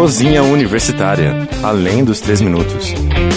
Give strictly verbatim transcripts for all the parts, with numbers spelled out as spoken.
Cozinha Universitária, além dos três minutos.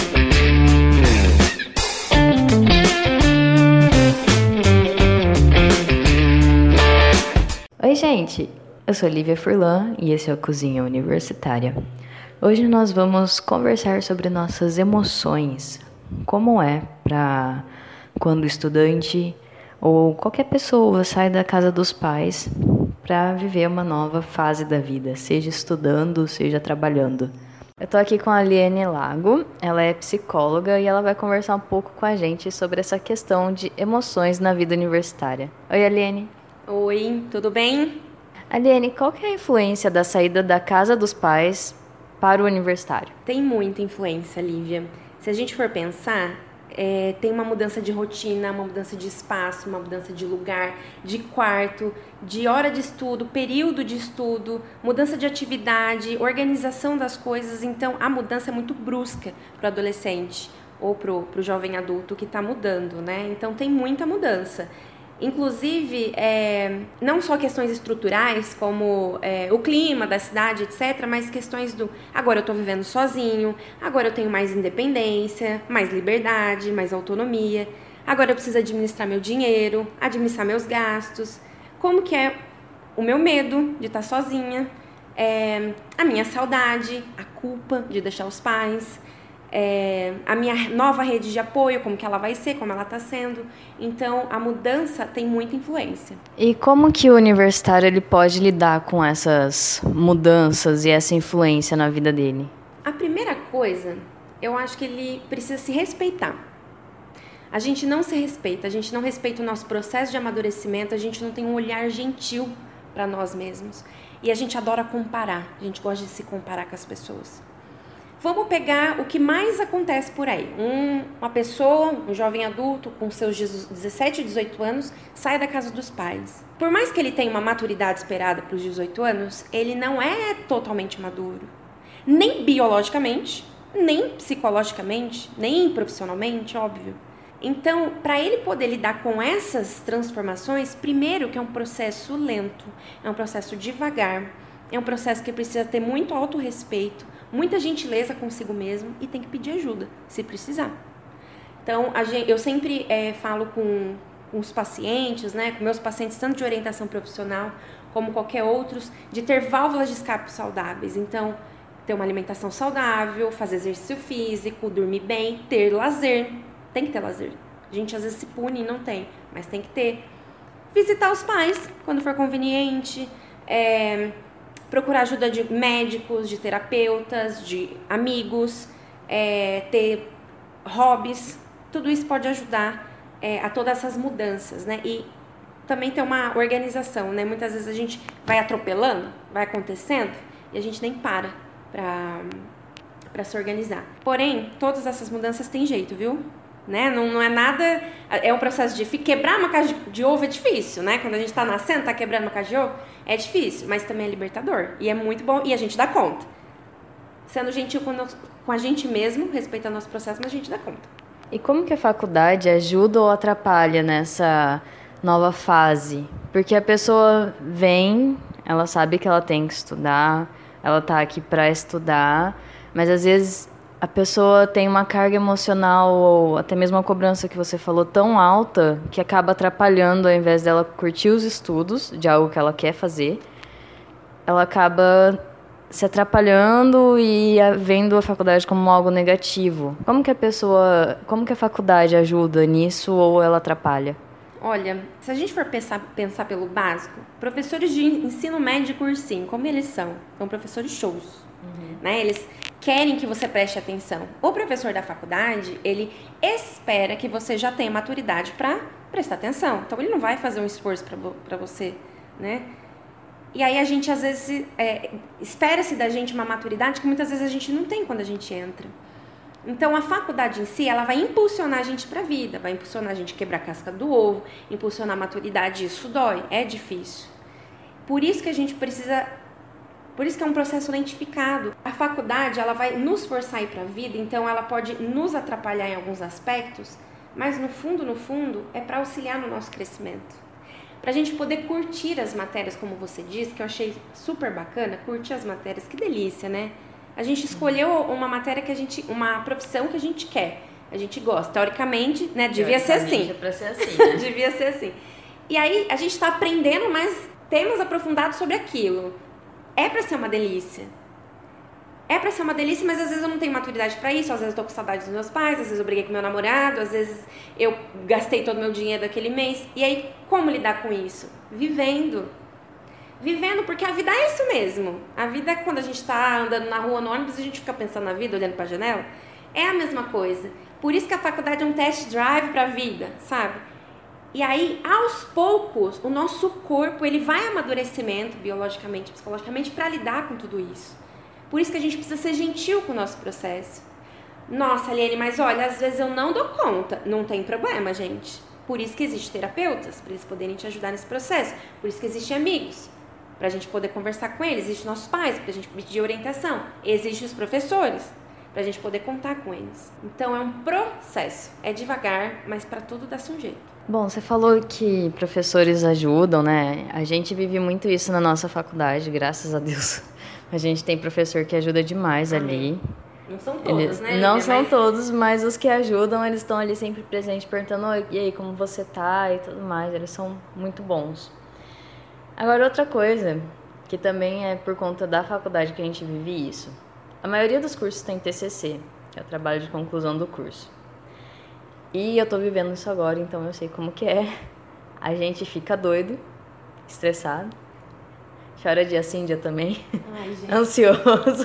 Oi, gente! Eu sou Lívia Furlan e esse é o Cozinha Universitária. Hoje nós vamos conversar sobre nossas emoções. Como é para quando o estudante ou qualquer pessoa sai da casa dos pais para viver uma nova fase da vida, seja estudando, seja trabalhando. Eu tô aqui com a Aliene Lago, ela é psicóloga e ela vai conversar um pouco com a gente sobre essa questão de emoções na vida universitária. Oi, Aliene. Oi, tudo bem? Aliene, qual que é a influência da saída da casa dos pais para o universitário? Tem muita influência, Lívia. Se a gente for pensar, é, tem uma mudança de rotina, uma mudança de espaço, uma mudança de lugar, de quarto, de hora de estudo, período de estudo, mudança de atividade, organização das coisas. Então, a mudança é muito brusca para o adolescente ou para o jovem adulto que está mudando, né? Então, tem muita mudança. Inclusive, é, não só questões estruturais, como é, o clima da cidade, etcétera, mas questões do... Agora eu estou vivendo sozinho, agora eu tenho mais independência, mais liberdade, mais autonomia. Agora eu preciso administrar meu dinheiro, administrar meus gastos. Como que é o meu medo de estar sozinha, é, a minha saudade, a culpa de deixar os pais... É, a minha nova rede de apoio, como que ela vai ser, como ela está sendo. Então, a mudança tem muita influência. E como que o universitário ele pode lidar com essas mudanças e essa influência na vida dele? A primeira coisa, eu acho que ele precisa se respeitar. A gente não se respeita, a gente não respeita o nosso processo de amadurecimento, a gente não tem um olhar gentil para nós mesmos. E a gente adora comparar, a gente gosta de se comparar com as pessoas. Vamos pegar o que mais acontece por aí. Um, uma pessoa, um jovem adulto com seus dezessete, dezoito anos, sai da casa dos pais. Por mais que ele tenha uma maturidade esperada para os dezoito anos, ele não é totalmente maduro. Nem biologicamente, nem psicologicamente, nem profissionalmente, óbvio. Então, para ele poder lidar com essas transformações, primeiro que é um processo lento, é um processo devagar, é um processo que precisa ter muito autorrespeito, muita gentileza consigo mesmo e tem que pedir ajuda, se precisar. Então, a gente, eu sempre é, falo com, com os pacientes, né, com meus pacientes, tanto de orientação profissional como qualquer outros, de ter válvulas de escape saudáveis. Então, ter uma alimentação saudável, fazer exercício físico, dormir bem, ter lazer. Tem que ter lazer. A gente às vezes se pune e não tem, mas tem que ter. Visitar os pais quando for conveniente, é... procurar ajuda de médicos, de terapeutas, de amigos, é, ter hobbies, tudo isso pode ajudar é, a todas essas mudanças, né? E também ter uma organização, né? Muitas vezes a gente vai atropelando, vai acontecendo e a gente nem para para para se organizar. Porém, todas essas mudanças têm jeito, viu? Né? Não, não é nada, é um processo de quebrar uma caixa de, de ovo é difícil, né? Quando a gente está nascendo, está quebrando uma caixa de ovo, é difícil, mas também é libertador e é muito bom e a gente dá conta. Sendo gentil com, nós, com a gente mesmo, respeitando o nosso processo, mas a gente dá conta. E como que a faculdade ajuda ou atrapalha nessa nova fase? Porque a pessoa vem, ela sabe que ela tem que estudar, ela está aqui para estudar, mas às vezes a pessoa tem uma carga emocional ou até mesmo a cobrança que você falou tão alta que acaba atrapalhando, ao invés dela curtir os estudos de algo que ela quer fazer, ela acaba se atrapalhando e vendo a faculdade como algo negativo. Como que a pessoa, como que a faculdade ajuda nisso ou ela atrapalha? Olha, se a gente for pensar, pensar pelo básico, professores de ensino médio e cursinho, como eles são? São professores shows, uhum. né? Eles querem que você preste atenção. O professor da faculdade, ele espera que você já tenha maturidade para prestar atenção. Então, ele não vai fazer um esforço para você, né? E aí, a gente, às vezes, é, espera-se da gente uma maturidade que muitas vezes a gente não tem quando a gente entra. Então, a faculdade em si, ela vai impulsionar a gente para a vida, vai impulsionar a gente a quebrar a casca do ovo, impulsionar a maturidade, isso dói, é difícil. Por isso que a gente precisa... Por isso que é um processo lentificado. A faculdade, ela vai nos forçar a ir para a vida, então ela pode nos atrapalhar em alguns aspectos, mas no fundo, no fundo, é para auxiliar no nosso crescimento. pra gente poder curtir as matérias, como você disse, que eu achei super bacana, curtir as matérias, que delícia, né? A gente escolheu uma matéria que a gente, uma profissão que a gente quer, a gente gosta. Teoricamente, né, devia ser assim. É pra ser assim, né? Devia ser assim. E aí, a gente tá aprendendo mais temas aprofundados sobre aquilo. É pra ser uma delícia. É pra ser uma delícia, mas às vezes eu não tenho maturidade pra isso, às vezes eu tô com saudade dos meus pais, às vezes eu briguei com meu namorado, às vezes eu gastei todo o meu dinheiro daquele mês. E aí, como lidar com isso? Vivendo. Vivendo, porque a vida é isso mesmo. A vida, quando a gente tá andando na rua, no ônibus, a gente fica pensando na vida, olhando pra janela, é a mesma coisa. Por isso que a faculdade é um test drive pra vida, sabe? E aí, aos poucos, o nosso corpo, ele vai amadurecimento, biologicamente, psicologicamente, pra lidar com tudo isso. Por isso que a gente precisa ser gentil com o nosso processo. Nossa, Aliene, mas olha, às vezes eu não dou conta. Não tem problema, gente. Por isso que existem terapeutas, para eles poderem te ajudar nesse processo. Por isso que existem amigos, para a gente poder conversar com eles. Existem nossos pais, para a gente pedir orientação. Existem os professores, para a gente poder contar com eles. Então, é um processo. É devagar, mas para tudo dá-se um jeito. Bom, você falou que professores ajudam, né? A gente vive muito isso na nossa faculdade, graças a Deus. A gente tem professor que ajuda demais Amém. ali. Não são todos, Eles, né? não Lívia? são Mas... todos, mas os que ajudam, eles estão ali sempre presentes, perguntando, "Oi, e aí, como você tá?" e tudo mais. Eles são muito bons. Agora, outra coisa, que também é por conta da faculdade que a gente vive isso. A maioria dos cursos tem T C C, que é o trabalho de conclusão do curso. E eu tô vivendo isso agora, então eu sei como que é. A gente fica doido, estressado, chora dia sim, dia também, Ai, gente. ansioso.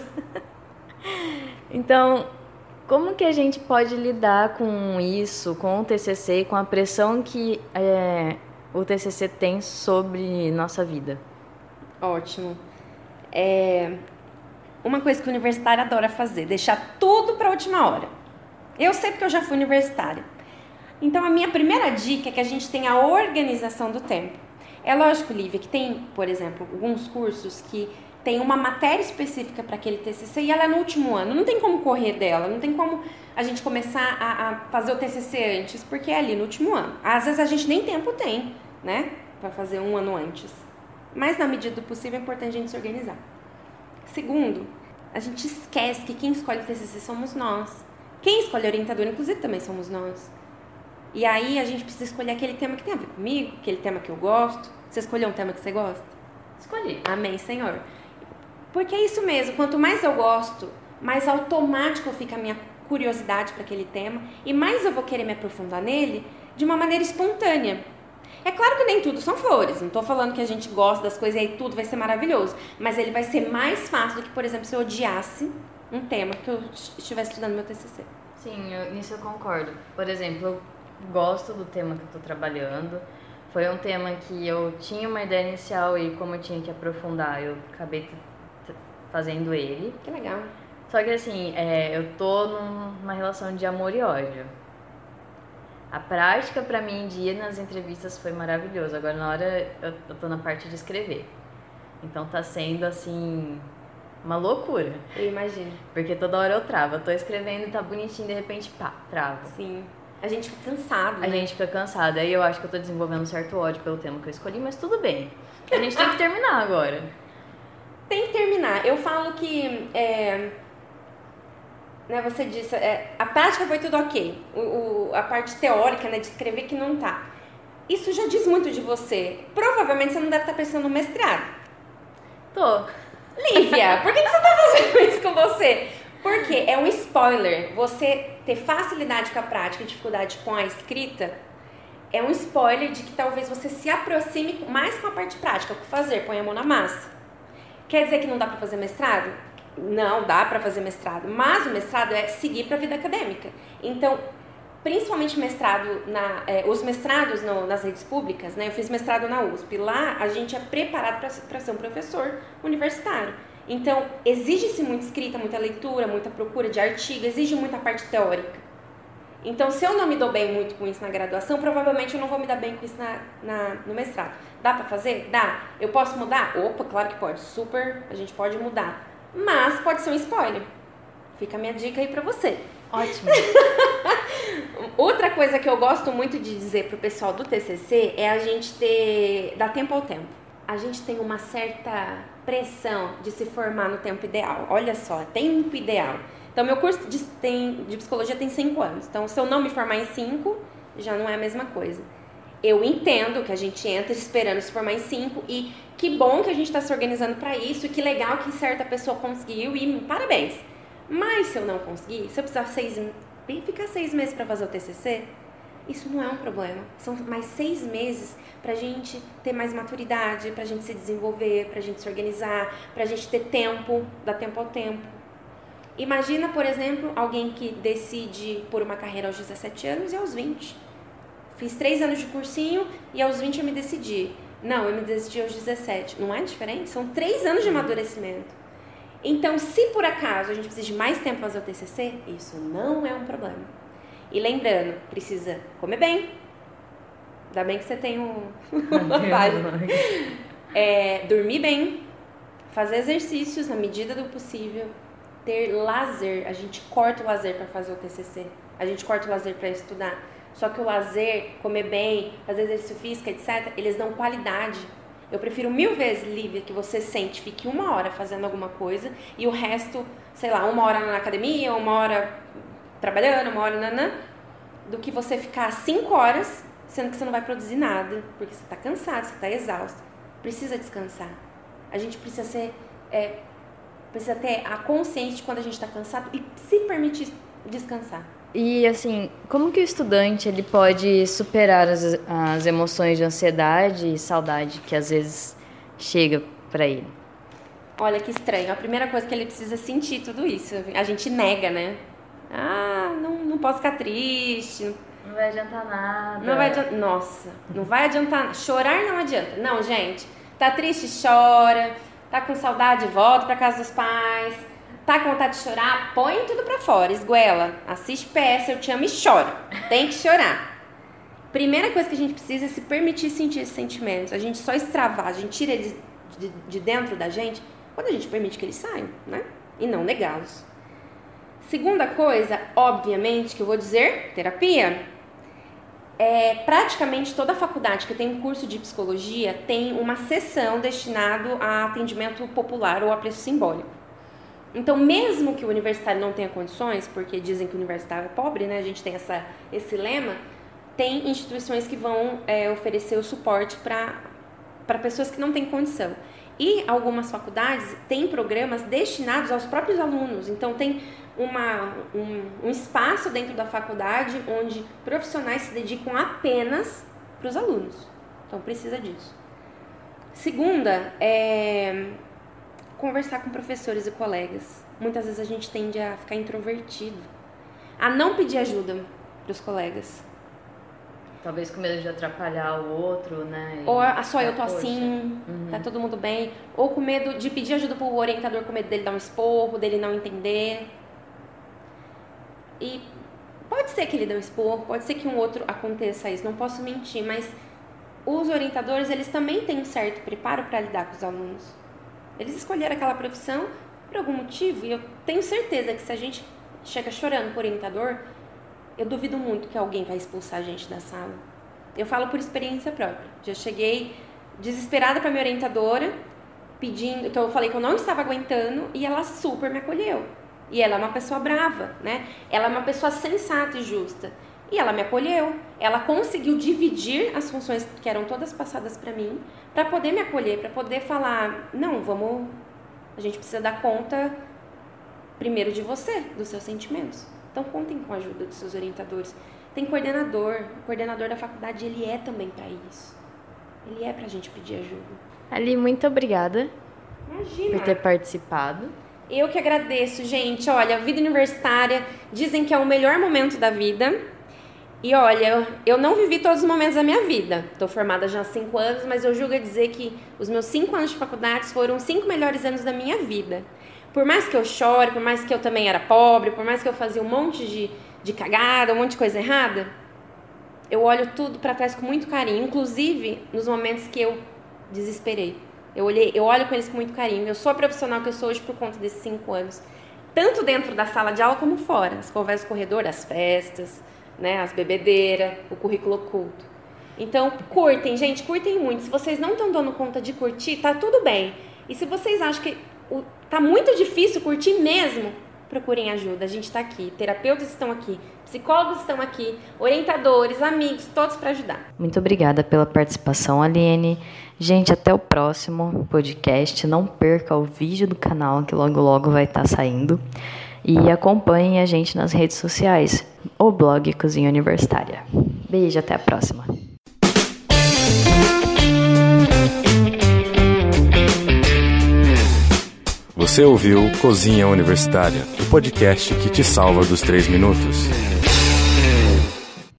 Então, como que a gente pode lidar com isso, com o T C C, com a pressão que é, o T C C tem sobre nossa vida? Ótimo. É... Uma coisa que o universitário adora fazer, deixar tudo para a última hora. Eu sei porque eu já fui universitária. Então, a minha primeira dica é que a gente tenha a organização do tempo. É lógico, Lívia, que tem, por exemplo, alguns cursos que tem uma matéria específica para aquele T C C e ela é no último ano. Não tem como correr dela, não tem como a gente começar a, a fazer o T C C antes, porque é ali no último ano. Às vezes a gente nem tempo tem, né, para fazer um ano antes. Mas na medida do possível é importante a gente se organizar. Segundo, a gente esquece que quem escolhe o T C C somos nós. Quem escolhe orientador, inclusive, também somos nós. E aí a gente precisa escolher aquele tema que tem a ver comigo, aquele tema que eu gosto. Você escolheu um tema que você gosta? Escolhi. Amém, Senhor. Porque é isso mesmo, quanto mais eu gosto, mais automático fica a minha curiosidade para aquele tema e mais eu vou querer me aprofundar nele de uma maneira espontânea. É claro que nem tudo são flores, não estou falando que a gente gosta das coisas e aí tudo vai ser maravilhoso, mas ele vai ser mais fácil do que, por exemplo, se eu odiasse um tema que eu estivesse estudando no meu T C C. Sim, eu, nisso eu concordo. Por exemplo, eu gosto do tema que eu estou trabalhando. Foi um tema que eu tinha uma ideia inicial e como eu tinha que aprofundar, eu acabei t- t- fazendo ele. Que legal. Só que assim, é, eu tô numa relação de amor e ódio. A prática pra mim de ir nas entrevistas foi maravilhoso. Agora na hora eu, eu tô na parte de escrever. Então tá sendo assim, uma loucura. Eu imagino. Porque toda hora eu travo. Eu tô escrevendo e tá bonitinho, de repente, pá, travo. Sim. A gente fica cansado, A né? gente fica cansada. Aí eu acho que eu tô desenvolvendo um certo ódio pelo tema que eu escolhi, mas tudo bem. A gente tem que terminar agora. Tem que terminar. Eu falo que, é, né, você disse, é, a prática foi tudo ok. O, o, a parte teórica, né, de escrever que não tá. Isso já diz muito de você. Provavelmente você não deve estar pensando no mestrado. Tô. Lívia, por que, que você tá fazendo isso com você? Porque é um spoiler. Você ter facilidade com a prática e dificuldade com a escrita é um spoiler de que talvez você se aproxime mais com a parte prática, com o fazer, põe a mão na massa. Quer dizer que não dá pra fazer mestrado? Não, dá pra fazer mestrado. Mas o mestrado é seguir pra vida acadêmica. Então, principalmente mestrado, na, é, os mestrados no, nas redes públicas, né? Eu fiz mestrado na U S P. Lá, a gente é preparado para ser um professor universitário. Então, exige-se muita escrita, muita leitura, muita procura de artigo, exige muita parte teórica. Então, se eu não me dou bem muito com isso na graduação, provavelmente eu não vou me dar bem com isso na, na, no mestrado. Dá pra fazer? Dá. Eu posso mudar? Opa, claro que pode. Super, a gente pode mudar. Mas pode ser um spoiler. Fica a minha dica aí pra você. Ótimo. Outra coisa que eu gosto muito de dizer pro pessoal do T C C é a gente ter, dar tempo ao tempo. A gente tem uma certa pressão de se formar no tempo ideal. Olha só, tempo ideal. Então, meu curso de, tem, de psicologia tem cinco anos. Então, se eu não me formar em cinco, já não é a mesma coisa. Eu entendo que a gente entra esperando se formar em cinco e que bom que a gente está se organizando para isso e que legal que certa pessoa conseguiu e parabéns. Mas se eu não conseguir, se eu precisar seis, ficar seis meses para fazer o T C C, isso não é um problema. São mais seis meses para a gente ter mais maturidade, para a gente se desenvolver, para a gente se organizar, para a gente ter tempo, dar tempo ao tempo. Imagina, por exemplo, alguém que decide por uma carreira aos dezessete anos e aos vinte. Fiz três anos de cursinho e aos vinte eu me decidi. Não, eu me decidi aos dezessete. Não é diferente? São três anos de amadurecimento. Então, se por acaso a gente precisa de mais tempo para fazer o T C C, isso não é um problema. E lembrando, precisa comer bem. Ainda bem que você tem um... uma página. É, dormir bem, fazer exercícios na medida do possível, ter lazer. A gente corta o lazer para fazer o T C C. A gente corta o lazer para estudar. Só que o lazer, comer bem, fazer exercício físico, etcétera, eles dão qualidade. Eu prefiro mil vezes, Lívia, que você sente, fique uma hora fazendo alguma coisa e o resto, sei lá, uma hora na academia, uma hora trabalhando, uma hora nanã, do que você ficar cinco horas, sendo que você não vai produzir nada, porque você está cansado, você está exausto. Precisa descansar. A gente precisa ser, é, precisa ter a consciência de quando a gente está cansado e se permitir descansar. E, assim, como que o estudante ele pode superar as, as emoções de ansiedade e saudade que às vezes chega para ele? Olha que estranho. A primeira coisa que ele precisa sentir tudo isso. A gente nega, né? Ah, não, não posso ficar triste. Não vai adiantar nada. Não vai adiantar. Nossa, não vai adiantar. Chorar não adianta. Não, gente. Tá triste, chora. Tá com saudade, volta pra casa dos pais. Tá com vontade de chorar, põe tudo pra fora, esguela, assiste peça, eu te amo e chora. Tem que chorar. Primeira coisa que a gente precisa é se permitir sentir esses sentimentos. A gente só extravasa, a gente tira eles de, de dentro da gente quando a gente permite que eles saiam, né? E não negá-los. Segunda coisa, obviamente, que eu vou dizer, terapia. É, praticamente toda a faculdade que tem um curso de psicologia tem uma seção destinada a atendimento popular ou a preço simbólico. Então, mesmo que o universitário não tenha condições, porque dizem que o universitário é pobre, né? A gente tem essa, esse lema, tem instituições que vão é, oferecer o suporte para pessoas que não têm condição. E algumas faculdades têm programas destinados aos próprios alunos. Então, tem uma, um, um espaço dentro da faculdade onde profissionais se dedicam apenas para os alunos. Então, precisa disso. Segunda, é... conversar com professores e colegas. Muitas vezes a gente tende a ficar introvertido, a não pedir ajuda para os colegas. Talvez com medo de atrapalhar o outro, né? Ou ah, só eu tô poxa. assim, Uhum. tá todo mundo bem. Ou com medo de pedir ajuda pro orientador, com medo dele dar um esporro, dele não entender. E pode ser que ele dê um esporro, pode ser que um outro aconteça isso, não posso mentir, mas os orientadores, eles também têm um certo preparo para lidar com os alunos. Eles escolheram aquela profissão por algum motivo e eu tenho certeza que se a gente chega chorando pro orientador, eu duvido muito que alguém vai expulsar a gente da sala. Eu falo por experiência própria. Já cheguei desesperada para minha orientadora, pedindo, que eu falei que eu não estava aguentando e ela super me acolheu. E ela é uma pessoa brava, né? Ela é uma pessoa sensata e justa. E ela me acolheu. Ela conseguiu dividir as funções que eram todas passadas para mim, para poder me acolher, para poder falar, não, vamos, a gente precisa dar conta primeiro de você, dos seus sentimentos. Então contem com a ajuda dos seus orientadores. Tem coordenador, o coordenador da faculdade, ele é também para isso. Ele é pra gente pedir ajuda. Ali, muito obrigada Imagina. por ter participado. Eu que agradeço, gente. Olha, a vida universitária, dizem que é o melhor momento da vida. E olha, eu não vivi todos os momentos da minha vida. Estou formada já há cinco anos, mas eu julgo a dizer que os meus cinco anos de faculdade foram os cinco melhores anos da minha vida. Por mais que eu chore, por mais que eu também era pobre, por mais que eu fazia um monte de, de cagada, um monte de coisa errada, eu olho tudo para trás com muito carinho, inclusive nos momentos que eu desesperei. Eu, olhei, eu olho com eles com muito carinho. Eu sou a profissional que eu sou hoje por conta desses cinco anos. Tanto dentro da sala de aula como fora. As conversas no corredor, as festas, né? As bebedeiras, o currículo oculto. Então, curtem, gente, curtem muito. Se vocês não estão dando conta de curtir, tá tudo bem. E se vocês acham que o, tá muito difícil curtir mesmo, procurem ajuda. A gente está aqui, terapeutas estão aqui, psicólogos estão aqui, orientadores, amigos, todos para ajudar. Muito obrigada pela participação, Aliene. Gente, até o próximo podcast. Não perca o vídeo do canal, que logo logo vai estar saindo. E acompanhem a gente nas redes sociais, o blog Cozinha Universitária. Beijo, até a próxima. Você ouviu Cozinha Universitária, o podcast que te salva dos três minutos.